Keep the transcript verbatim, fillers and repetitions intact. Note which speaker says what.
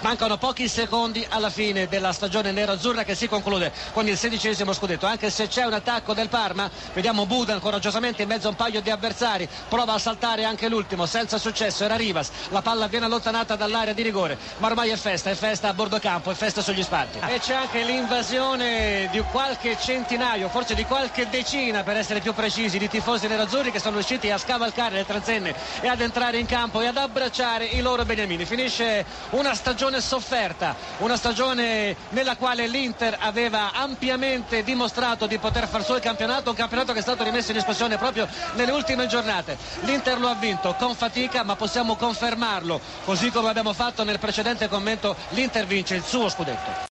Speaker 1: Mancano pochi secondi alla fine della stagione nerazzurra che si conclude con il sedicesimo scudetto, anche se c'è un attacco del Parma. Vediamo Budan coraggiosamente in mezzo a un paio di avversari, prova a saltare anche l'ultimo, senza successo, era Rivas, la palla viene allontanata dall'area di rigore, ma ormai è festa, è festa a bordo campo, è festa sugli spalti. E c'è anche l'invasione di qualche centinaio, forse di qualche decina per essere più precisi, di tifosi nerazzurri che sono riusciti a scavalcare le transenne e ad entrare in campo e ad abbracciare i loro beniamini. Finisce una stagione sofferta, una stagione nella quale l'Inter aveva ampiamente dimostrato di poter far suo il campionato, un campionato che è stato rimesso in discussione proprio nelle ultime giornate. L'Inter lo ha vinto con fatica, ma possiamo confermarlo, così come abbiamo fatto nel precedente commento, l'Inter vince il suo scudetto.